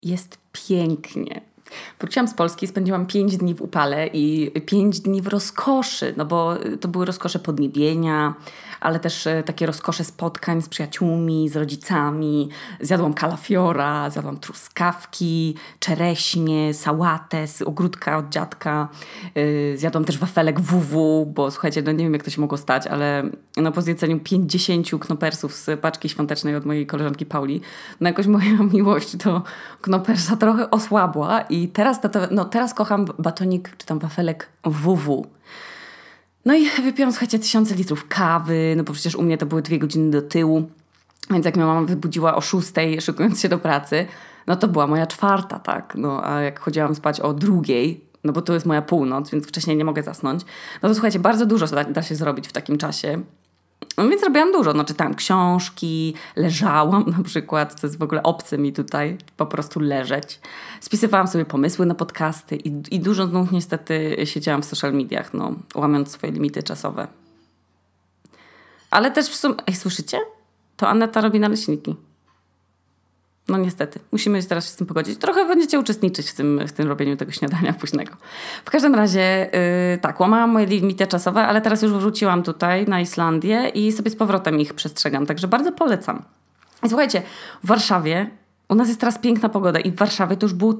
Jest pięknie. Wróciłam z Polski, spędziłam 5 dni w upale i 5 dni w rozkoszy, no bo to były rozkosze podniebienia, ale też takie rozkosze spotkań z przyjaciółmi, z rodzicami. Zjadłam kalafiora, zjadłam truskawki, czereśnie, sałatę z ogródka od dziadka. Zjadłam też wafelek WW, bo słuchajcie, no nie wiem jak to się mogło stać, ale no po zjedzeniu 50 knopersów z paczki świątecznej od mojej koleżanki Pauli, no jakoś moja miłość do knopersa trochę osłabła i teraz kocham batonik czy tam wafelek WW. No i wypiłam, słuchajcie, 1000 litrów kawy, no bo przecież u mnie to były 2 godziny do tyłu, więc jak mnie mama wybudziła o 6, szykując się do pracy, no to była moja 4, tak? No a jak chodziłam spać o 2, no bo to jest moja północ, więc wcześniej nie mogę zasnąć, no to słuchajcie, bardzo dużo da się zrobić w takim czasie. No więc robiłam dużo, no czytałam książki, leżałam na przykład, to jest w ogóle obce mi tutaj, po prostu leżeć. Spisywałam sobie pomysły na podcasty i dużo znów niestety siedziałam w social mediach, no łamiąc swoje limity czasowe. Ale też w sumie, słyszycie? To Aneta robi naleśniki. No niestety, musimy teraz się z tym pogodzić. Trochę będziecie uczestniczyć w tym robieniu tego śniadania późnego. W każdym razie, tak, łamałam moje limity czasowe, ale teraz już wróciłam tutaj na Islandię i sobie z powrotem ich przestrzegam, także bardzo polecam. I słuchajcie, w Warszawie, u nas jest teraz piękna pogoda i w Warszawie to już było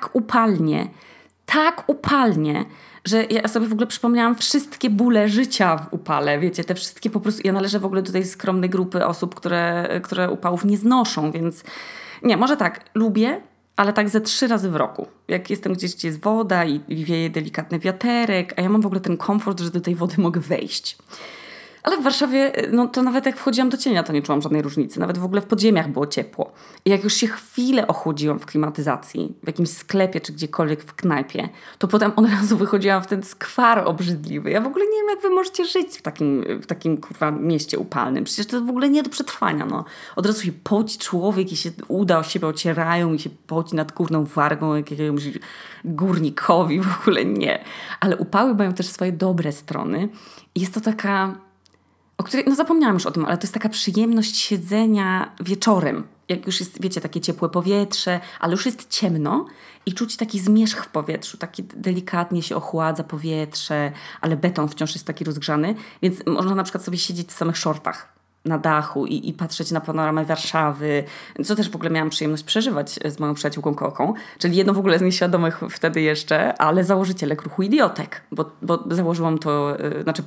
tak upalnie, że ja sobie w ogóle przypomniałam wszystkie bóle życia w upale, wiecie, te wszystkie po prostu, ja należę w ogóle do tej skromnej grupy osób, które upałów nie znoszą, więc nie, może tak, lubię, ale tak ze 3 razy w roku. Jak jestem gdzieś, gdzie jest woda i wieje delikatny wiaterek, a ja mam w ogóle ten komfort, że do tej wody mogę wejść. Ale w Warszawie, no to nawet jak wchodziłam do cienia, to nie czułam żadnej różnicy. Nawet w ogóle w podziemiach było ciepło. I jak już się chwilę ochłodziłam w klimatyzacji, w jakimś sklepie czy gdziekolwiek w knajpie, to potem od razu wychodziłam w ten skwar obrzydliwy. Ja w ogóle nie wiem, jak wy możecie żyć w takim kurwa mieście upalnym. Przecież to w ogóle nie do przetrwania. No. Od razu się poci człowiek i się uda o siebie ocierają i się poci nad górną wargą jakiegoś górnikowi. W ogóle nie. Ale upały mają też swoje dobre strony. I jest to taka... o której, no zapomniałam już o tym, ale to jest taka przyjemność siedzenia wieczorem. Jak już jest, wiecie, takie ciepłe powietrze, ale już jest ciemno i czuć taki zmierzch w powietrzu, taki delikatnie się ochładza powietrze, ale beton wciąż jest taki rozgrzany, więc można na przykład sobie siedzieć w samych shortach na dachu i patrzeć na panoramę Warszawy, co też w ogóle miałam przyjemność przeżywać z moją przyjaciółką Koką, czyli jedną w ogóle z nieświadomych wtedy jeszcze, ale założycielek ruchu Idiotek, bo założyłam to, znaczy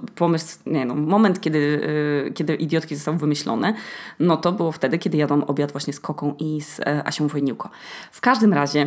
moment, kiedy Idiotki zostały wymyślone, no to było wtedy, kiedy jadłam obiad właśnie z Koką i z Asią Wojniłko. W każdym razie,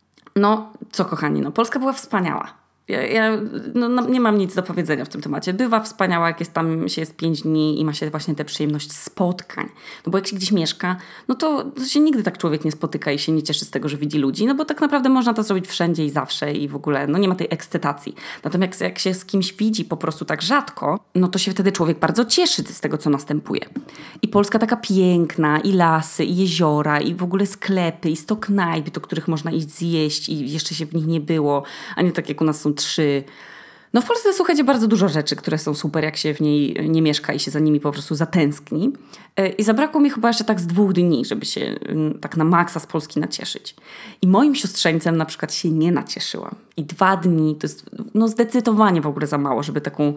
no co kochani, no Polska była wspaniała. Ja nie mam nic do powiedzenia w tym temacie. Bywa wspaniała, jak jest 5 dni i ma się właśnie tę przyjemność spotkań. No bo jak się gdzieś mieszka, no to się nigdy tak człowiek nie spotyka i się nie cieszy z tego, że widzi ludzi, no bo tak naprawdę można to zrobić wszędzie i zawsze i w ogóle no nie ma tej ekscytacji. Natomiast jak się z kimś widzi po prostu tak rzadko, no to się wtedy człowiek bardzo cieszy z tego, co następuje. I Polska taka piękna, i lasy, i jeziora, i w ogóle sklepy, i 100 knajp, do których można iść zjeść i jeszcze się w nich nie było, a nie tak jak u nas są 3. No w Polsce słuchajcie bardzo dużo rzeczy, które są super, jak się w niej nie mieszka i się za nimi po prostu zatęskni. I zabrakło mi chyba jeszcze tak z 2 dni, żeby się tak na maksa z Polski nacieszyć. I moim siostrzeńcem na przykład się nie nacieszyłam. I 2 dni to jest no zdecydowanie w ogóle za mało, żeby tą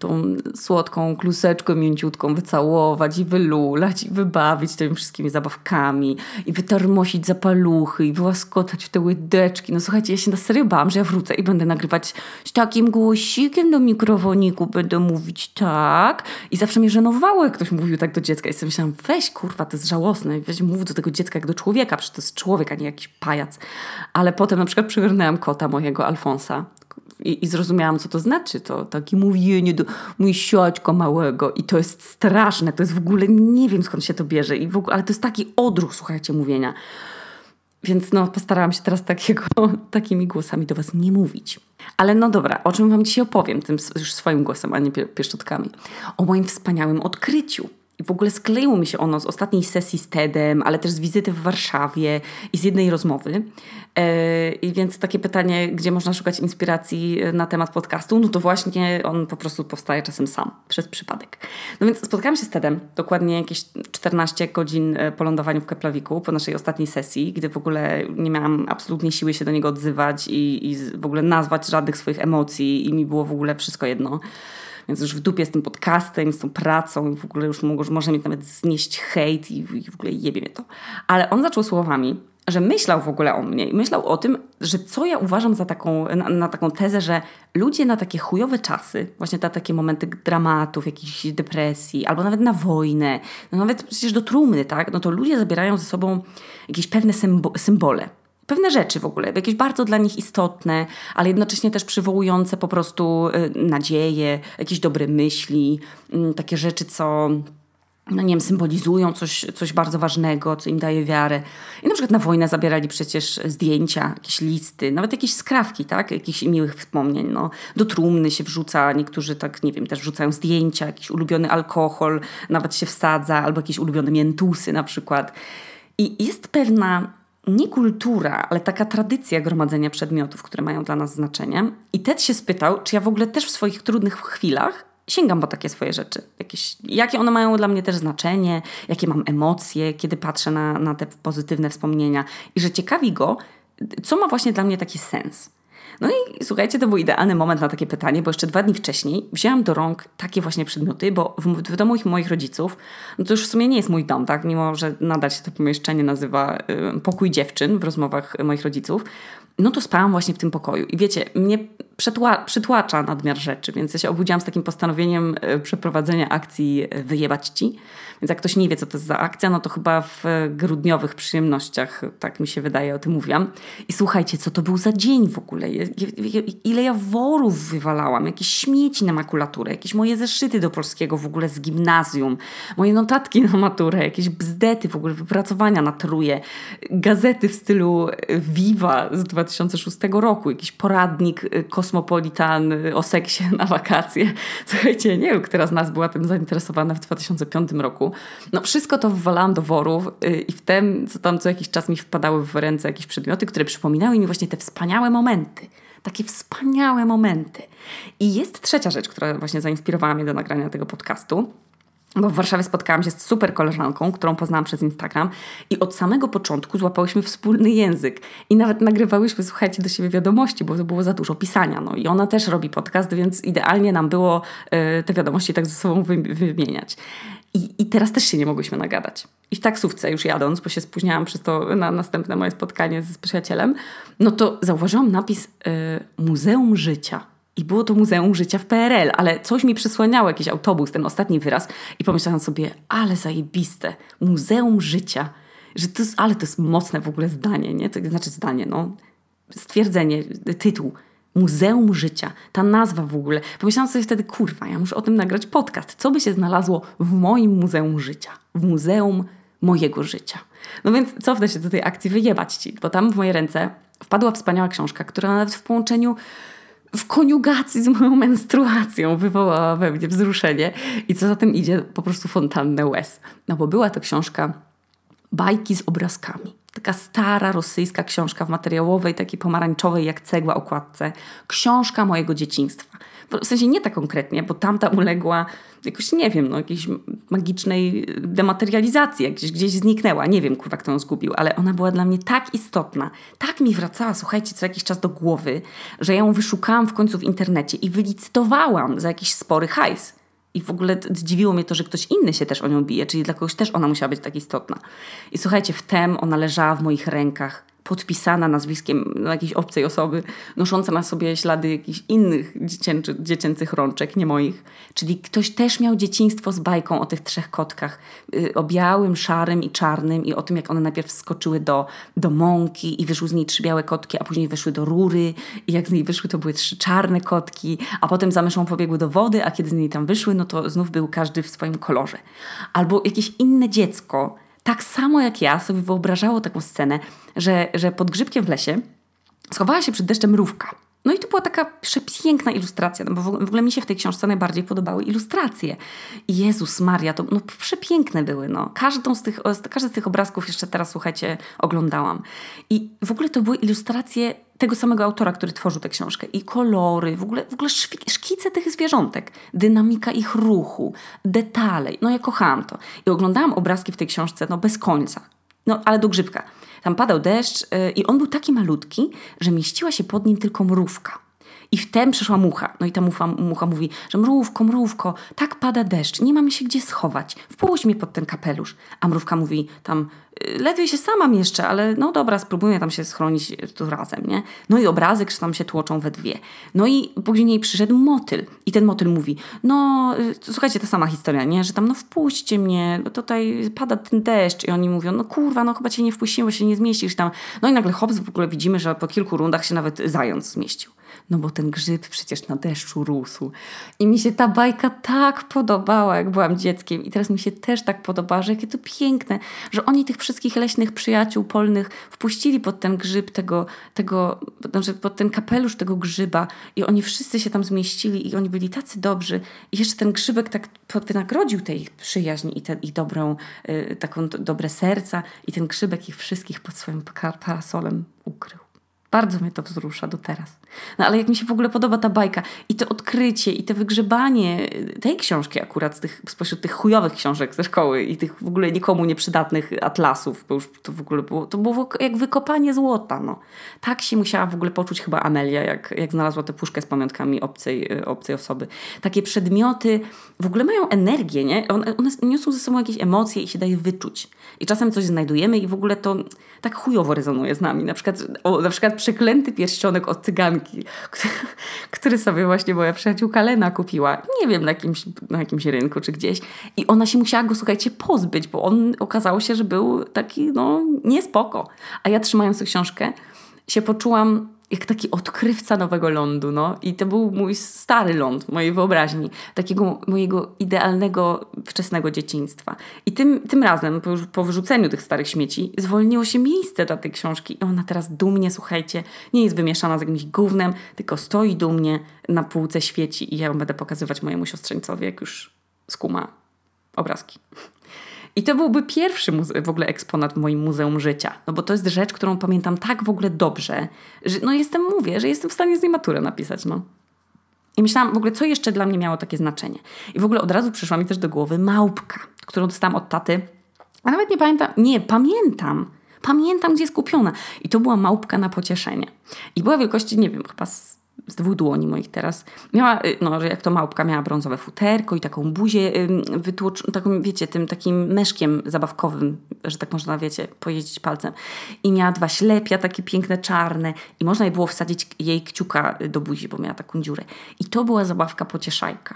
słodką kluseczkę mięciutką wycałować i wylulać i wybawić tymi wszystkimi zabawkami i wytarmosić zapaluchy i wyłaskotać w te łydeczki. No słuchajcie, ja się na serio bałam, że ja wrócę i będę nagrywać z takim głosikiem do mikrofoniku, będę mówić tak. I zawsze mnie żenowało, jak ktoś mówił tak do dziecka. I sobie myślałam, weź kurwa, to jest żałosne. Weź mów do tego dziecka jak do człowieka, przecież to jest człowiek, a nie jakiś pajac. Ale potem na przykład przygarnęłam kota mojego Alfonsa i zrozumiałam, co to znaczy. To takie mówienie do mój siaćko małego i to jest straszne. To jest w ogóle, nie wiem skąd się to bierze. Ale to jest taki odruch, słuchajcie, mówienia. Więc no postarałam się teraz takimi głosami do was nie mówić. Ale no dobra, o czym wam dzisiaj opowiem, tym już swoim głosem, a nie pieszczotkami. O moim wspaniałym odkryciu. I w ogóle skleiło mi się ono z ostatniej sesji z TED-em, ale też z wizyty w Warszawie i z jednej rozmowy. I więc takie pytanie, gdzie można szukać inspiracji na temat podcastu, no to właśnie on po prostu powstaje czasem sam, przez przypadek. No więc spotkałam się z TED-em, dokładnie jakieś 14 godzin po lądowaniu w Keplaviku, po naszej ostatniej sesji, gdy w ogóle nie miałam absolutnie siły się do niego odzywać i w ogóle nazwać żadnych swoich emocji i mi było w ogóle wszystko jedno. Więc już w dupie z tym podcastem, z tą pracą i w ogóle już może mieć nawet znieść hejt i w ogóle jebie mnie to. Ale on zaczął słowami, że myślał w ogóle o mnie i myślał o tym, że co ja uważam za na taką tezę, że ludzie na takie chujowe czasy, właśnie na takie momenty dramatów, jakichś depresji, albo nawet na wojnę, no nawet przecież do trumny, tak? No to ludzie zabierają ze sobą jakieś pewne symbole. Pewne rzeczy w ogóle, jakieś bardzo dla nich istotne, ale jednocześnie też przywołujące po prostu nadzieję, jakieś dobre myśli, takie rzeczy, co no nie wiem, symbolizują coś bardzo ważnego, co im daje wiarę. I na przykład na wojnę zabierali przecież zdjęcia, jakieś listy, nawet jakieś skrawki, tak? Jakichś miłych wspomnień. No. Do trumny się wrzuca, niektórzy tak, nie wiem, też wrzucają zdjęcia, jakiś ulubiony alkohol, nawet się wsadza, albo jakieś ulubione miętusy na przykład. I jest pewna nie kultura, ale taka tradycja gromadzenia przedmiotów, które mają dla nas znaczenie. I Ted się spytał, czy ja w ogóle też w swoich trudnych chwilach sięgam po takie swoje rzeczy. Jakie one mają dla mnie też znaczenie, jakie mam emocje, kiedy patrzę na te pozytywne wspomnienia. I że ciekawi go, co ma właśnie dla mnie taki sens. No i słuchajcie, to był idealny moment na takie pytanie, bo jeszcze 2 dni wcześniej wzięłam do rąk takie właśnie przedmioty, bo w domu moich rodziców, no to już w sumie nie jest mój dom, tak? Mimo że nadal się to pomieszczenie nazywa pokój dziewczyn w rozmowach moich rodziców, no to spałam właśnie w tym pokoju. I wiecie, mnie przytłacza nadmiar rzeczy, więc ja się obudziłam z takim postanowieniem przeprowadzenia akcji Wyjebać Ci. Więc jak ktoś nie wie, co to jest za akcja, no to chyba w grudniowych przyjemnościach, tak mi się wydaje, o tym mówiłam. I słuchajcie, co to był za dzień w ogóle? Ile ja worów wywalałam, jakieś śmieci na makulaturę, jakieś moje zeszyty do polskiego w ogóle z gimnazjum, moje notatki na maturę, jakieś bzdety w ogóle, wypracowania na truje, gazety w stylu Viva z 2006 roku, jakiś poradnik Kosmopolitan o seksie na wakacje. Słuchajcie, nie wiem, która z nas była tym zainteresowana w 2005 roku. No wszystko to wywalałam do worów i wtem co jakiś czas mi wpadały w ręce jakieś przedmioty, które przypominały mi właśnie te wspaniałe momenty. Takie wspaniałe momenty. I jest trzecia rzecz, która właśnie zainspirowała mnie do nagrania tego podcastu. Bo w Warszawie spotkałam się z super koleżanką, którą poznałam przez Instagram i od samego początku złapałyśmy wspólny język i nawet nagrywałyśmy, słuchajcie, do siebie wiadomości, bo to było za dużo pisania. No i ona też robi podcast, więc idealnie nam było te wiadomości tak ze sobą wymieniać. I teraz też się nie mogłyśmy nagadać. I w taksówce już jadąc, bo się spóźniałam przez to na następne moje spotkanie z przyjacielem, no to zauważyłam napis Muzeum Życia. I było to Muzeum Życia w PRL, ale coś mi przysłaniało, jakiś autobus, ten ostatni wyraz. I pomyślałam sobie, ale zajebiste, Muzeum Życia. Ale to jest mocne w ogóle zdanie, nie? To znaczy zdanie, no. Stwierdzenie, tytuł. Muzeum Życia. Ta nazwa w ogóle. Pomyślałam sobie wtedy, kurwa, ja muszę o tym nagrać podcast. Co by się znalazło w moim Muzeum Życia? W Muzeum mojego życia. No więc cofnę się do tej akcji Wyjebać Ci, bo tam w moje ręce wpadła wspaniała książka, która nawet w połączeniu w koniugacji z moją menstruacją wywołała we mnie wzruszenie i co za tym idzie, po prostu fontannę łez. No bo była to książka Bajki z obrazkami. Taka stara rosyjska książka w materiałowej, takiej pomarańczowej jak cegła okładce. Książka mojego dzieciństwa. W sensie nie tak konkretnie, bo tamta uległa jakoś, nie wiem, jakiejś magicznej dematerializacji, gdzieś zniknęła. Nie wiem, kurwa, kto ją zgubił, ale ona była dla mnie tak istotna. Tak mi wracała, słuchajcie, co jakiś czas do głowy, że ja ją wyszukałam w końcu w internecie i wylicytowałam za jakiś spory hajs. I w ogóle zdziwiło mnie to, że ktoś inny się też o nią bije, czyli dla kogoś też ona musiała być tak istotna. I słuchajcie, wtem ona leżała w moich rękach, podpisana nazwiskiem jakiejś obcej osoby, nosząca na sobie ślady jakichś innych dziecięcych rączek, nie moich. Czyli ktoś też miał dzieciństwo z bajką o tych 3 kotkach, o białym, szarym i czarnym i o tym, jak one najpierw wskoczyły do mąki i wyszły z niej 3 białe kotki, a później weszły do rury i jak z niej wyszły, to były 3 czarne kotki, a potem za myszą pobiegły do wody, a kiedy z niej tam wyszły, no to znów był każdy w swoim kolorze. Albo jakieś inne dziecko, tak samo jak ja, sobie wyobrażało taką scenę, że pod grzybkiem w lesie schowała się przed deszczem mrówka. No i to była taka przepiękna ilustracja, no bo w ogóle mi się w tej książce najbardziej podobały ilustracje. I Jezus Maria, to przepiękne były. No. Każdy z tych obrazków jeszcze teraz, słuchajcie, oglądałam. I w ogóle to były ilustracje tego samego autora, który tworzył tę książkę. I kolory, w ogóle szkice tych zwierzątek, dynamika ich ruchu, detale. No ja kochałam to. I oglądałam obrazki w tej książce bez końca. No ale do grzybka. Tam padał deszcz i on był taki malutki, że mieściła się pod nim tylko mrówka. I wtem przyszła mucha. No i ta mucha mówi, że mrówko, tak pada deszcz, nie mamy się gdzie schować. Wpuść mnie pod ten kapelusz. A mrówka mówi tam, ledwie się sama mieszczę, ale no dobra, spróbuję tam się schronić tu razem, nie? No i obrazek, że tam się tłoczą we dwie. No i później przyszedł motyl. I ten motyl mówi, słuchajcie, ta sama historia, nie? Że tam, wpuśćcie mnie, tutaj pada ten deszcz. I oni mówią, kurwa, chyba cię nie wpuścimy, bo się nie zmieścisz tam. No i nagle hops, w ogóle widzimy, że po kilku rundach się nawet zając zmieścił. No bo ten grzyb przecież na deszczu rósł. I mi się ta bajka tak podobała, jak byłam dzieckiem. I teraz mi się też tak podoba, że jakie to piękne, że oni tych wszystkich leśnych przyjaciół polnych wpuścili pod ten grzyb pod ten kapelusz tego grzyba i oni wszyscy się tam zmieścili i oni byli tacy dobrzy. I jeszcze ten grzybek tak wynagrodził tę ich przyjaźń i ich dobre serca i ten grzybek ich wszystkich pod swoim parasolem ukrył. Bardzo mnie to wzrusza do teraz. No ale jak mi się w ogóle podoba ta bajka i to odkrycie i to wygrzebanie tej książki akurat spośród tych chujowych książek ze szkoły i tych w ogóle nikomu nieprzydatnych atlasów, bo już to w ogóle było jak wykopanie złota. No. Tak się musiała w ogóle poczuć chyba Amelia, jak znalazła tę puszkę z pamiątkami obcej osoby. Takie przedmioty w ogóle mają energię, nie? One niosą ze sobą jakieś emocje i się daje wyczuć. I czasem coś znajdujemy i w ogóle to tak chujowo rezonuje z nami. Na przykład przeklęty pierścionek od cyganki, który sobie właśnie moja przyjaciółka Lena kupiła. Nie wiem, na jakimś rynku czy gdzieś. I ona się musiała go, słuchajcie, pozbyć, bo on okazało się, że był taki, niespoko. A ja trzymając tę książkę się poczułam jak taki odkrywca nowego lądu, I to był mój stary ląd, mojej wyobraźni, takiego mojego idealnego, wczesnego dzieciństwa. I tym razem, po wyrzuceniu tych starych śmieci, zwolniło się miejsce dla tej książki i ona teraz dumnie, słuchajcie, nie jest wymieszana z jakimś gównem, tylko stoi dumnie na półce, świeci i ja ją będę pokazywać mojemu siostrzeńcowi, jak już skuma obrazki. I to byłby pierwszy w ogóle eksponat w moim muzeum życia. Bo to jest rzecz, którą pamiętam tak w ogóle dobrze, że że jestem w stanie z niej maturę napisać, I myślałam w ogóle, co jeszcze dla mnie miało takie znaczenie. I w ogóle od razu przyszła mi też do głowy małpka, którą dostałam od taty. A nawet nie pamiętam. Nie, pamiętam. Pamiętam, gdzie jest kupiona. I to była małpka na pocieszenie. I była wielkości, nie wiem, chyba z 2 dłoni moich teraz. Miała, że jak to małpka, miała brązowe futerko i taką buzię taką, wiecie, tym takim meszkiem zabawkowym, że tak można, wiecie, pojeździć palcem. I miała 2 ślepia, takie piękne, czarne i można jej było wsadzić jej kciuka do buzi, bo miała taką dziurę. I to była zabawka pocieszajka.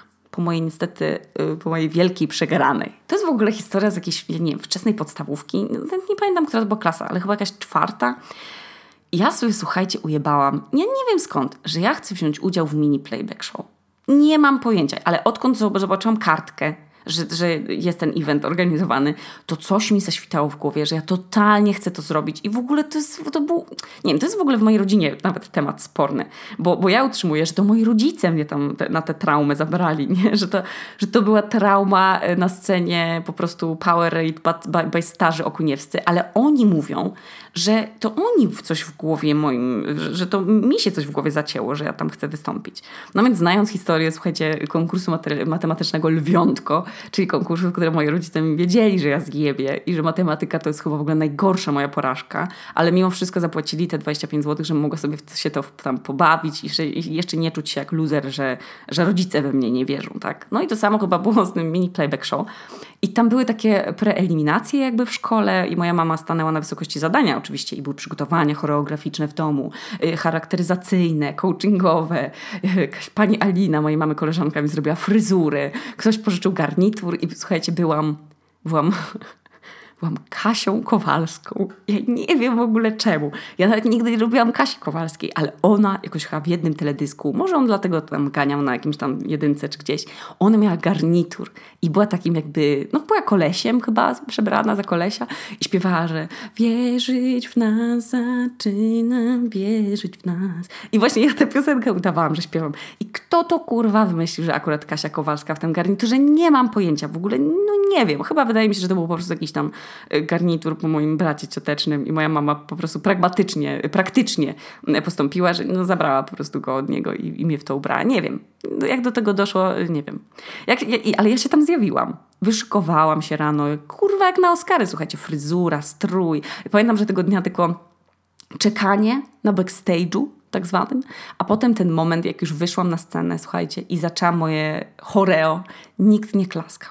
Po mojej wielkiej przegranej. To jest w ogóle historia z jakiejś, nie wiem, wczesnej podstawówki. Nie pamiętam, która to była klasa, ale chyba jakaś 4. Ja sobie, słuchajcie, ujebałam, ja nie wiem skąd, że ja chcę wziąć udział w mini playback show. Nie mam pojęcia, ale odkąd zobaczyłam kartkę, że jest ten event organizowany, to coś mi zaświtało w głowie, że ja totalnie chcę to zrobić i w ogóle to jest w ogóle w mojej rodzinie nawet temat sporny, bo ja utrzymuję, że to moi rodzice mnie tam na tę traumę zabrali, nie? Że to była trauma na scenie po prostu Powerade by starzy okuniewscy, ale oni mówią, że to oni coś w głowie że to mi się coś w głowie zacięło, że ja tam chcę wystąpić. No więc znając historię, słuchajcie, konkursu matematycznego Lwiątko, czyli konkursu, w którym moi rodzice mi wiedzieli, że ja zgiebie i że matematyka to jest chyba w ogóle najgorsza moja porażka, ale mimo wszystko zapłacili te 25 zł, żebym mogła sobie się to tam pobawić i jeszcze nie czuć się jak loser, że rodzice we mnie nie wierzą, tak? No i to samo chyba było z tym mini playback show. I tam były takie preeliminacje jakby w szkole i moja mama stanęła na wysokości zadania oczywiście i były przygotowania choreograficzne w domu, charakteryzacyjne, coachingowe. Jakaś pani Alina, mojej mamy koleżanka, mi zrobiła fryzurę. Ktoś pożyczył garnitur i słuchajcie, byłam byłam Kasią Kowalską. Ja nie wiem w ogóle czemu. Ja nawet nigdy nie lubiłam Kasi Kowalskiej, ale ona jakoś chyba w jednym teledysku, może on dlatego tam ganiał na jakimś tam jedynce czy gdzieś, ona miała garnitur i była takim jakby, no była kolesiem chyba, przebrana za kolesia i śpiewała, że wierzyć w nas, zaczynam wierzyć w nas. I właśnie ja tę piosenkę udawałam, że śpiewam. I kto to kurwa wymyślił, że akurat Kasia Kowalska w tym garniturze? Nie mam pojęcia w ogóle, no nie wiem. Chyba wydaje mi się, że to był po prostu jakiś tam garnitur po moim bracie ciotecznym i moja mama po prostu praktycznie postąpiła, że no zabrała po prostu go od niego i mnie w to ubrała. Nie wiem. Jak do tego doszło, nie wiem. Ale ja się tam zjawiłam. Wyszykowałam się rano. Kurwa, jak na Oscary. Słuchajcie, fryzura, strój. Pamiętam, że tego dnia tylko czekanie na backstage'u tak zwanym, a potem ten moment, jak już wyszłam na scenę, słuchajcie, i zaczęłam moje choreo, nikt nie klaskał.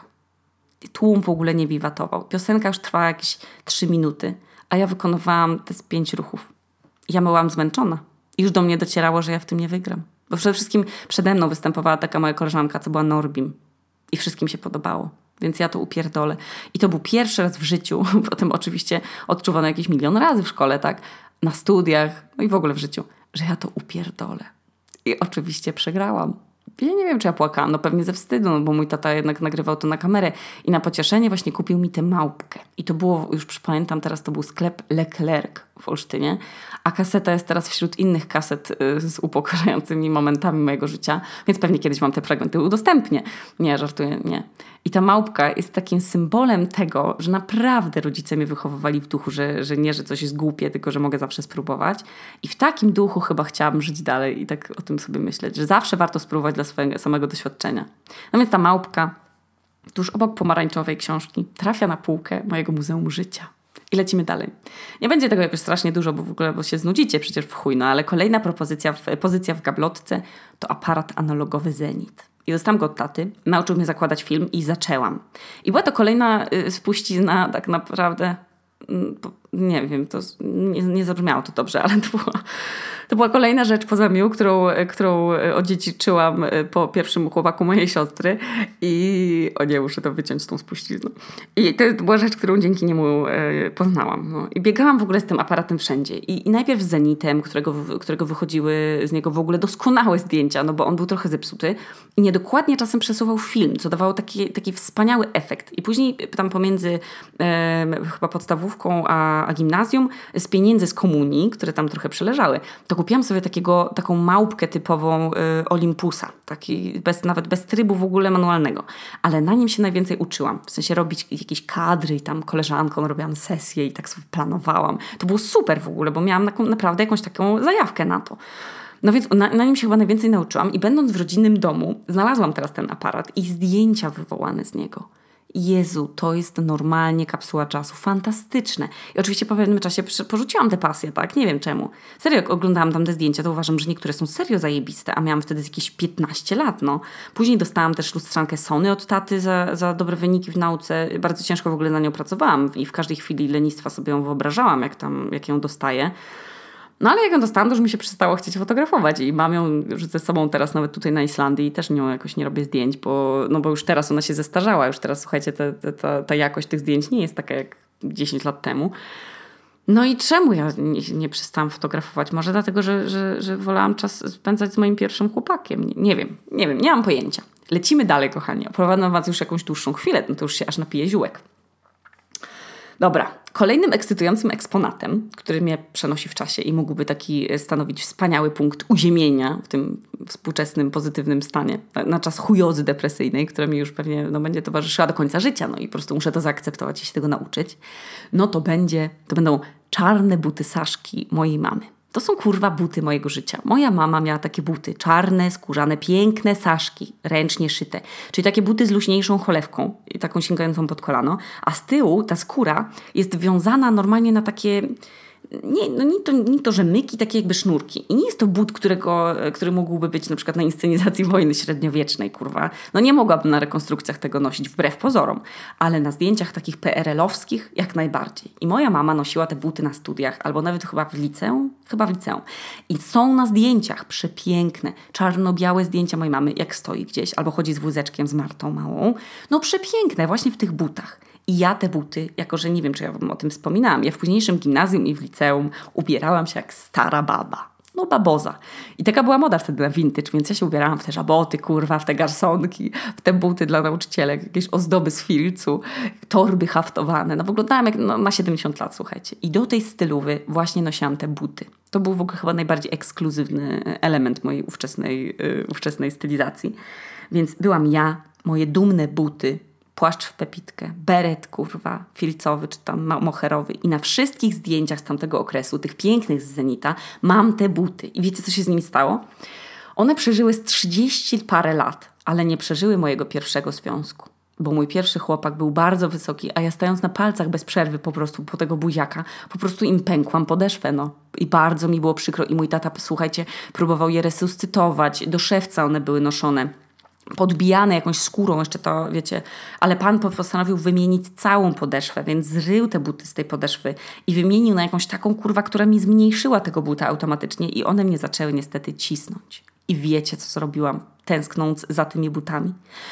Tłum w ogóle nie wiwatował. Piosenka już trwała jakieś 3 minuty, a ja wykonywałam te 5 ruchów. Ja byłam zmęczona. I już do mnie docierało, że ja w tym nie wygram. Bo przede wszystkim przede mną występowała taka moja koleżanka, co była Norbim. I wszystkim się podobało. Więc ja to upierdolę. I to był pierwszy raz w życiu, potem oczywiście odczuwano jakieś 1 000 000 razy w szkole, tak? Na studiach, no i w ogóle w życiu, że ja to upierdolę. I oczywiście przegrałam. Ja nie wiem, czy ja płakałam, no pewnie ze wstydu, no bo mój tata jednak nagrywał to na kamerę i na pocieszenie właśnie kupił mi tę małpkę. I to było, już pamiętam teraz, to był sklep Leclerc w Olsztynie, a kaseta jest teraz wśród innych kaset z upokarzającymi momentami mojego życia, więc pewnie kiedyś wam te fragmenty udostępnię. Nie, żartuję, nie. I ta małpka jest takim symbolem tego, że naprawdę rodzice mnie wychowywali w duchu, że nie, że coś jest głupie, tylko że mogę zawsze spróbować. I w takim duchu chyba chciałabym żyć dalej i tak o tym sobie myśleć, że zawsze warto spróbować dla swojego samego doświadczenia. No więc ta małpka tuż obok pomarańczowej książki trafia na półkę mojego Muzeum Życia. I lecimy dalej. Nie będzie tego jakoś strasznie dużo, bo się znudzicie przecież w chuj, no ale kolejna pozycja w gablotce to aparat analogowy Zenit. I dostałam go od taty, nauczył mnie zakładać film i zaczęłam. I była to kolejna spuścizna tak naprawdę, nie wiem, nie zabrzmiało to dobrze, ale to była kolejna rzecz poza mił, którą odziedziczyłam po pierwszym chłopaku mojej siostry i o nie, muszę to wyciąć z tą spuścizną. I to była rzecz, którą dzięki niemu poznałam. No. I biegałam w ogóle z tym aparatem wszędzie. I najpierw z Zenitem, którego wychodziły z niego w ogóle doskonałe zdjęcia, no bo on był trochę zepsuty i niedokładnie czasem przesuwał film, co dawało taki wspaniały efekt. I później tam pomiędzy chyba podstawówką a gimnazjum z pieniędzy z komunii, które tam trochę przeleżały, to kupiłam sobie taką małpkę typową Olympusa. Nawet bez trybu w ogóle manualnego. Ale na nim się najwięcej uczyłam. W sensie robić jakieś kadry i tam koleżanką robiłam sesję i tak sobie planowałam. To było super w ogóle, bo miałam naprawdę jakąś taką zajawkę na to. No więc na nim się chyba najwięcej nauczyłam i będąc w rodzinnym domu znalazłam teraz ten aparat i zdjęcia wywołane z niego. Jezu, to jest normalnie kapsuła czasu. Fantastyczne. I oczywiście po pewnym czasie porzuciłam tę pasję, tak? Nie wiem czemu. Serio, jak oglądałam tam te zdjęcia, to uważam, że niektóre są serio zajebiste, a miałam wtedy jakieś 15 lat, no. Później dostałam też lustrzankę Sony od taty za dobre wyniki w nauce. Bardzo ciężko w ogóle na nią pracowałam i w każdej chwili lenistwa sobie ją wyobrażałam, jak ją dostaję. No ale jak ją dostałam, to już mi się przestało chcieć fotografować i mam ją już ze sobą teraz nawet tutaj na Islandii i też nią jakoś nie robię zdjęć, bo już teraz ona się zestarzała, już teraz słuchajcie, ta jakość tych zdjęć nie jest taka jak 10 lat temu. No i czemu ja nie przestałam fotografować? Może dlatego, że wolałam czas spędzać z moim pierwszym chłopakiem. Nie wiem, nie mam pojęcia. Lecimy dalej, kochani. Opowiadam was już jakąś dłuższą chwilę, no to już się aż napiję ziółek. Dobra, kolejnym ekscytującym eksponatem, który mnie przenosi w czasie i mógłby taki stanowić wspaniały punkt uziemienia w tym współczesnym, pozytywnym stanie na czas chujozy depresyjnej, która mi już pewnie będzie towarzyszyła do końca życia, no i po prostu muszę to zaakceptować i się tego nauczyć, no to będą czarne buty Saszki mojej mamy. To są kurwa buty mojego życia. Moja mama miała takie buty, czarne, skórzane, piękne Saszki, ręcznie szyte. Czyli takie buty z luźniejszą cholewką, taką sięgającą pod kolano, a z tyłu ta skóra jest wiązana normalnie na takie, nie to rzemyki, takie jakby sznurki. I nie jest to but, który mógłby być na przykład na inscenizacji wojny średniowiecznej, kurwa. No nie mogłabym na rekonstrukcjach tego nosić, wbrew pozorom. Ale na zdjęciach takich PRL-owskich jak najbardziej. I moja mama nosiła te buty na studiach, albo nawet chyba w liceum. I są na zdjęciach przepiękne, czarno-białe zdjęcia mojej mamy, jak stoi gdzieś, albo chodzi z wózeczkiem z Martą małą. No przepiękne, właśnie w tych butach. I ja te buty, jako że nie wiem, czy ja wam o tym wspominałam, ja w późniejszym gimnazjum i w liceum ubierałam się jak stara baba. No baboza. I taka była moda wtedy na vintage, więc ja się ubierałam w te żaboty, kurwa, w te garsonki, w te buty dla nauczycielek, jakieś ozdoby z filcu, torby haftowane. No wyglądałam jak na 70 lat, słuchajcie. I do tej stylowy właśnie nosiłam te buty. To był w ogóle chyba najbardziej ekskluzywny element mojej ówczesnej stylizacji. Więc byłam ja, moje dumne buty, płaszcz w pepitkę, beret, kurwa, filcowy czy tam moherowy i na wszystkich zdjęciach z tamtego okresu, tych pięknych z Zenita, mam te buty. I wiecie, co się z nimi stało? One przeżyły z 30 parę lat, ale nie przeżyły mojego pierwszego związku. Bo mój pierwszy chłopak był bardzo wysoki, a ja stając na palcach bez przerwy po prostu po tego buziaka, po prostu im pękłam podeszwę, no. I bardzo mi było przykro i mój tata, słuchajcie, próbował je resuscytować, do szewca one były noszone, podbijane jakąś skórą, jeszcze to wiecie, ale pan postanowił wymienić całą podeszwę, więc zrył te buty z tej podeszwy i wymienił na jakąś taką, kurwa, która mi zmniejszyła tego buta automatycznie i one mnie zaczęły niestety cisnąć. I wiecie, co zrobiłam, tęsknąc za tymi butami?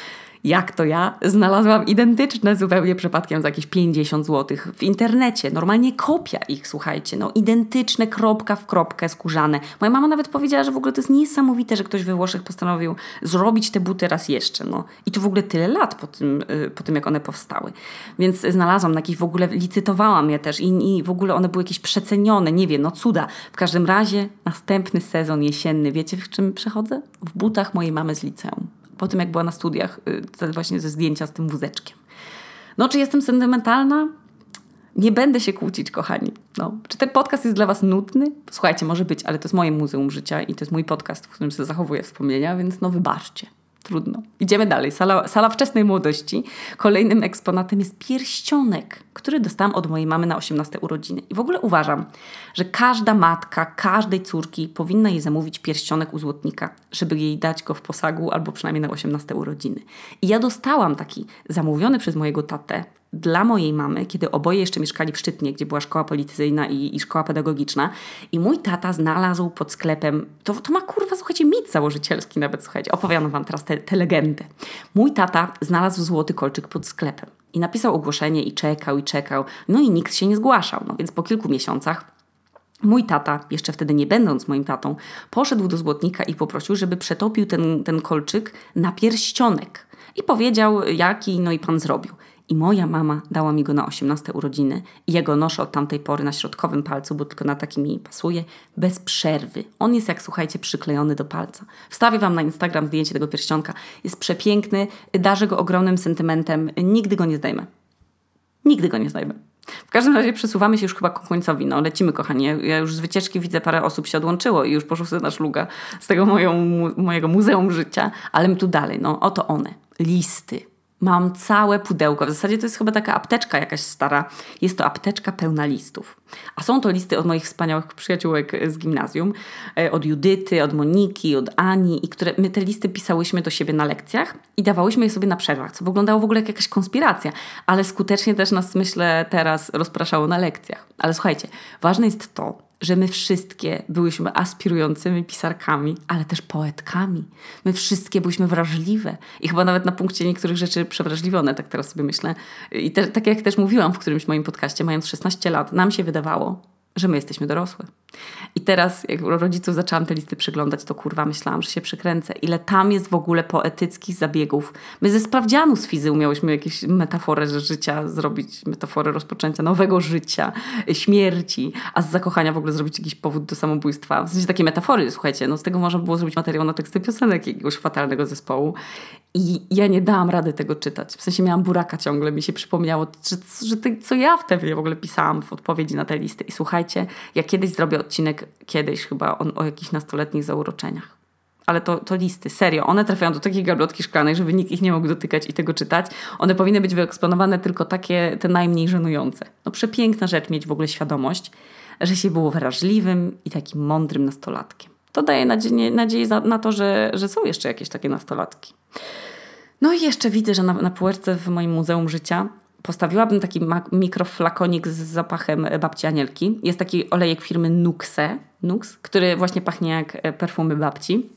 Jak to ja znalazłam identyczne zupełnie przypadkiem za jakieś 50 zł w internecie. Normalnie kopia ich, słuchajcie. No identyczne, kropka w kropkę, skórzane. Moja mama nawet powiedziała, że w ogóle to jest niesamowite, że ktoś we Włoszech postanowił zrobić te buty raz jeszcze. No. I to w ogóle tyle lat po tym, jak one powstały. Więc znalazłam na jakieś, w ogóle licytowałam je też i w ogóle one były jakieś przecenione. Nie wiem, no cuda. W każdym razie następny sezon jesienny. Wiecie, w czym przechodzę? W butach mojej mamy z liceum. Po tym, jak była na studiach, właśnie ze zdjęcia z tym wózeczkiem. No, czy jestem sentymentalna? Nie będę się kłócić, kochani. No. Czy ten podcast jest dla was nudny? Słuchajcie, może być, ale to jest moje muzeum życia i to jest mój podcast, w którym sobie zachowuję wspomnienia, więc no wybaczcie. Trudno. Idziemy dalej. Sala wczesnej młodości. Kolejnym eksponatem jest pierścionek, który dostałam od mojej mamy na 18 urodziny. I w ogóle uważam, że każda matka, każdej córki powinna jej zamówić pierścionek u złotnika, żeby jej dać go w posagu albo przynajmniej na 18 urodziny. I ja dostałam taki zamówiony przez mojego tatę dla mojej mamy, kiedy oboje jeszcze mieszkali w Szczytnie, gdzie była szkoła policyjna i szkoła pedagogiczna. I mój tata znalazł pod sklepem, to ma kurwa, słuchajcie, mit założycielski nawet, słuchajcie, opowiadam wam teraz tę legendę. Mój tata znalazł złoty kolczyk pod sklepem i napisał ogłoszenie i czekał, no i nikt się nie zgłaszał. No więc po kilku miesiącach mój tata, jeszcze wtedy nie będąc moim tatą, poszedł do złotnika i poprosił, żeby przetopił ten kolczyk na pierścionek. I powiedział, jaki, no i pan zrobił. I moja mama dała mi go na 18 urodziny i ja go noszę od tamtej pory na środkowym palcu, bo tylko na taki mi pasuje, bez przerwy. On jest, jak słuchajcie, przyklejony do palca. Wstawię wam na Instagram zdjęcie tego pierścionka. Jest przepiękny, darzę go ogromnym sentymentem. Nigdy go nie zdejmę. Nigdy go nie zdejmę. W każdym razie przesuwamy się już chyba ku końcowi. No lecimy, kochani. Ja już z wycieczki widzę, parę osób się odłączyło i już poszło sobie na szluga z tego mojego muzeum życia. Ale my tu dalej. No oto one. Listy. Mam całe pudełko. W zasadzie to jest chyba taka apteczka jakaś stara. Jest to apteczka pełna listów. A są to listy od moich wspaniałych przyjaciółek z gimnazjum. Od Judyty, od Moniki, od Ani. I my te listy pisałyśmy do siebie na lekcjach i dawałyśmy je sobie na przerwach. Co wyglądało w ogóle jak jakaś konspiracja. Ale skutecznie też nas, myślę, teraz rozpraszało na lekcjach. Ale słuchajcie, ważne jest to, że my wszystkie byłyśmy aspirującymi pisarkami, ale też poetkami. My wszystkie byłyśmy wrażliwe i chyba nawet na punkcie niektórych rzeczy przewrażliwione, tak teraz sobie myślę. I tak jak też mówiłam w którymś moim podcaście, mając 16 lat, nam się wydawało, że my jesteśmy dorosłe. I teraz, jak rodziców zaczęłam te listy przeglądać, to kurwa myślałam, że się przekręcę. Ile tam jest w ogóle poetyckich zabiegów. My ze sprawdzianu z fizy umiałyśmy jakieś metaforę życia zrobić, metaforę rozpoczęcia nowego życia, śmierci, a z zakochania w ogóle zrobić jakiś powód do samobójstwa. W sensie takie metafory, słuchajcie, no z tego można było zrobić materiał na teksty piosenek jakiegoś fatalnego zespołu. I ja nie dałam rady tego czytać. W sensie miałam buraka ciągle. Mi się przypomniało, co ja wtedy w ogóle pisałam w odpowiedzi na te listy. I słuchajcie, ja kiedyś zrobię odcinek, chyba o jakichś nastoletnich zauroczeniach. Ale to listy, serio. One trafiają do takiej gablotki szklanej, żeby nikt ich nie mógł dotykać i tego czytać. One powinny być wyeksponowane tylko takie, te najmniej żenujące. No przepiękna rzecz mieć w ogóle świadomość, że się było wrażliwym i takim mądrym nastolatkiem. To daje nadzieję na to, że są jeszcze jakieś takie nastolatki. No i jeszcze widzę, że na półeczce w moim Muzeum Życia postawiłabym taki mikroflakonik z zapachem babci Anielki. Jest taki olejek firmy Nux, który właśnie pachnie jak perfumy babci.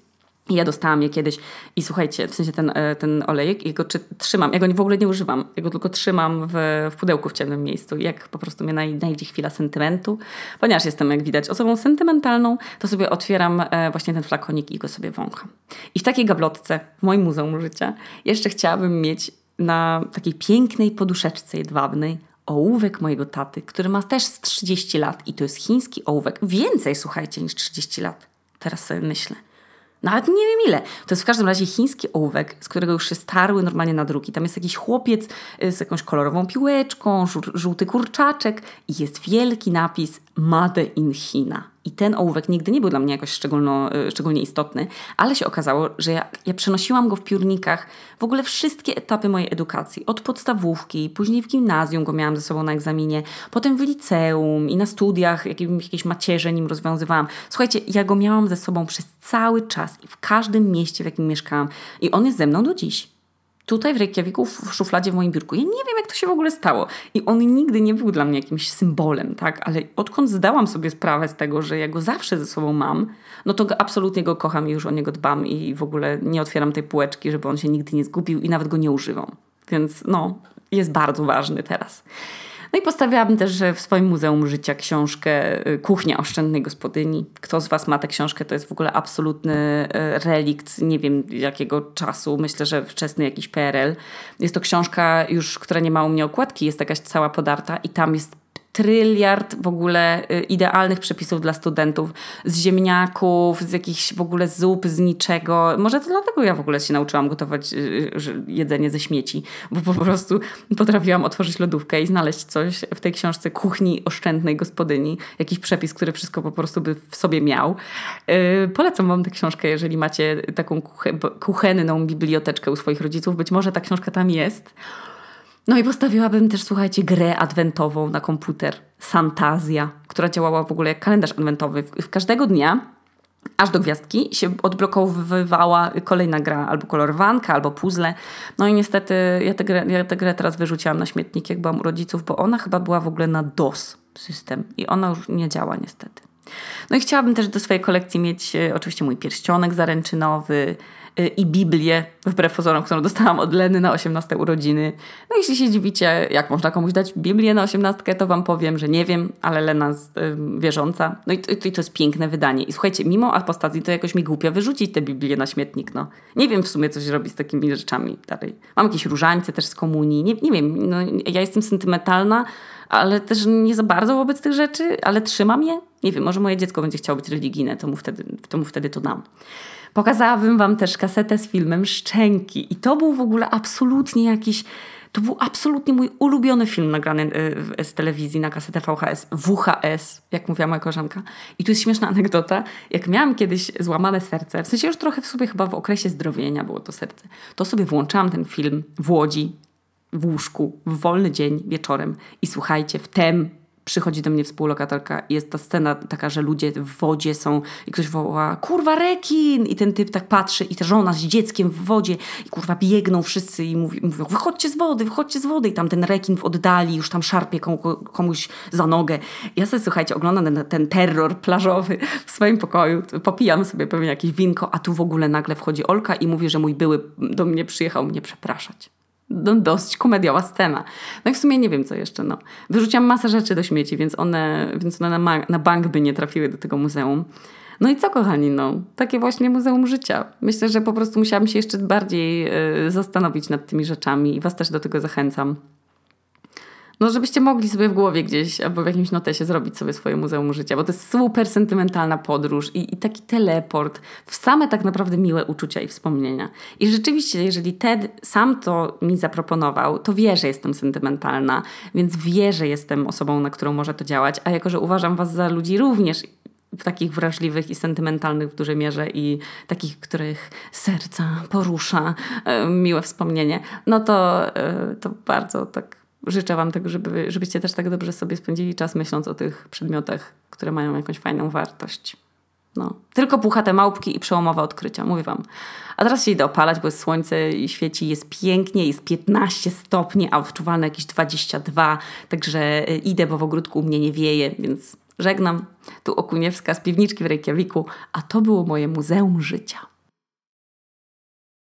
I ja dostałam je kiedyś i słuchajcie, w sensie ten olejek, jego trzymam, ja go w ogóle nie używam, ja go tylko trzymam w pudełku w ciemnym miejscu. Jak po prostu mnie najdzie chwila sentymentu, ponieważ jestem, jak widać, osobą sentymentalną, to sobie otwieram właśnie ten flakonik i go sobie wącham. I w takiej gablotce, w moim muzeum życia, jeszcze chciałabym mieć na takiej pięknej poduszeczce jedwabnej ołówek mojego taty, który ma też z 30 lat i to jest chiński ołówek. Więcej, słuchajcie, niż 30 lat. Teraz sobie myślę. Nawet nie wiem ile. To jest w każdym razie chiński ołówek, z którego już się starły normalnie nadruki. Tam jest jakiś chłopiec z jakąś kolorową piłeczką, żółty kurczaczek i jest wielki napis Made in China. I ten ołówek nigdy nie był dla mnie jakoś szczególnie istotny, ale się okazało, że ja przenosiłam go w piórnikach w ogóle wszystkie etapy mojej edukacji. Od podstawówki, później w gimnazjum go miałam ze sobą na egzaminie, potem w liceum i na studiach jakieś macierze nim rozwiązywałam. Słuchajcie, ja go miałam ze sobą przez cały czas i w każdym mieście, w jakim mieszkałam. I on jest ze mną do dziś. Tutaj w Reykjaviku, w szufladzie w moim biurku. Ja nie wiem, jak to się w ogóle stało. I on nigdy nie był dla mnie jakimś symbolem, tak? Ale odkąd zdałam sobie sprawę z tego, że ja go zawsze ze sobą mam, no to absolutnie go kocham i już o niego dbam i w ogóle nie otwieram tej półeczki, żeby on się nigdy nie zgubił i nawet go nie używam. Więc jest bardzo ważny teraz. No i postawiłabym też w swoim Muzeum Życia książkę Kuchnia oszczędnej gospodyni. Kto z Was ma tę książkę, to jest w ogóle absolutny relikt, nie wiem jakiego czasu, myślę, że wczesny jakiś PRL. Jest to książka już, która nie ma u mnie okładki, jest jakaś cała podarta i tam jest tryliard w ogóle idealnych przepisów dla studentów, z ziemniaków, z jakichś w ogóle zup, z niczego. Może to dlatego ja w ogóle się nauczyłam gotować jedzenie ze śmieci, bo po prostu potrafiłam otworzyć lodówkę i znaleźć coś w tej książce Kuchni oszczędnej gospodyni, jakiś przepis, który wszystko po prostu by w sobie miał. Polecam Wam tę książkę, jeżeli macie taką kuchenną biblioteczkę u swoich rodziców. Być może ta książka tam jest. No i postawiłabym też, słuchajcie, grę adwentową na komputer. Santazja, która działała w ogóle jak kalendarz adwentowy. W każdego dnia, aż do gwiazdki, się odblokowywała kolejna gra, albo kolorowanka, albo puzzle. No i niestety ja tę grę teraz wyrzuciłam na śmietnik, jak byłam u rodziców, bo ona chyba była w ogóle na DOS system i ona już nie działa niestety. No i chciałabym też do swojej kolekcji mieć oczywiście mój pierścionek zaręczynowy, i Biblię, wbrew pozorom, którą dostałam od Leny na 18 urodziny. No jeśli się dziwicie, jak można komuś dać Biblię na 18, to Wam powiem, że nie wiem, ale Lena wierząca. No i to jest piękne wydanie. I słuchajcie, mimo apostazji to jakoś mi głupio wyrzucić tę Biblię na śmietnik. No. Nie wiem w sumie, co się robi z takimi rzeczami dalej. Mam jakieś różańce też z komunii. Nie wiem, ja jestem sentymentalna, ale też nie za bardzo wobec tych rzeczy, ale trzymam je. Nie wiem, może moje dziecko będzie chciało być religijne, to mu wtedy to dam. Pokazałabym Wam też kasetę z filmem Szczęki. I to był w ogóle to był absolutnie mój ulubiony film nagrany z telewizji na kasetę WHS, jak mówiła moja koleżanka. I tu jest śmieszna anegdota. Jak miałam kiedyś złamane serce, w sensie już trochę w sobie chyba w okresie zdrowienia było to serce, to sobie włączałam ten film w Łodzi, w łóżku, w wolny dzień, wieczorem. I słuchajcie, wtem przychodzi do mnie współlokatorka i jest ta scena taka, że ludzie w wodzie są i ktoś woła, kurwa rekin! I ten typ tak patrzy i ta żona z dzieckiem w wodzie i kurwa biegną wszyscy i mówią, wychodźcie z wody. I tam ten rekin w oddali już tam szarpie komuś za nogę. Ja sobie, słuchajcie, oglądam ten terror plażowy w swoim pokoju, popijam sobie pewnie jakieś winko, a tu w ogóle nagle wchodzi Olka i mówi, że mój były do mnie przyjechał mnie przepraszać. Dość komediowa scena. No i w sumie nie wiem co jeszcze. Wyrzuciłam masę rzeczy do śmieci, więc one na bank by nie trafiły do tego muzeum. No i co kochani, takie właśnie Muzeum Życia. Myślę, że po prostu musiałabym się jeszcze bardziej zastanowić nad tymi rzeczami i Was też do tego zachęcam. Żebyście mogli sobie w głowie gdzieś albo w jakimś notesie zrobić sobie swoje Muzeum Życia, bo to jest super sentymentalna podróż i taki teleport w same tak naprawdę miłe uczucia i wspomnienia. I rzeczywiście, jeżeli Ted sam to mi zaproponował, to wie, że jestem sentymentalna, więc wie, że jestem osobą, na którą może to działać, a jako, że uważam Was za ludzi również takich wrażliwych i sentymentalnych w dużej mierze i takich, których serca porusza miłe wspomnienie, to bardzo tak życzę Wam tego, żebyście też tak dobrze sobie spędzili czas myśląc o tych przedmiotach, które mają jakąś fajną wartość. Tylko puchate małpki i przełomowe odkrycia, mówię Wam. A teraz się idę opalać, bo jest słońce i świeci, jest pięknie, jest 15 stopni, a odczuwalne jakieś 22, także idę, bo w ogródku u mnie nie wieje, więc żegnam. Tu Okuniewska z piwniczki w Reykjaviku, a to było moje Muzeum Życia.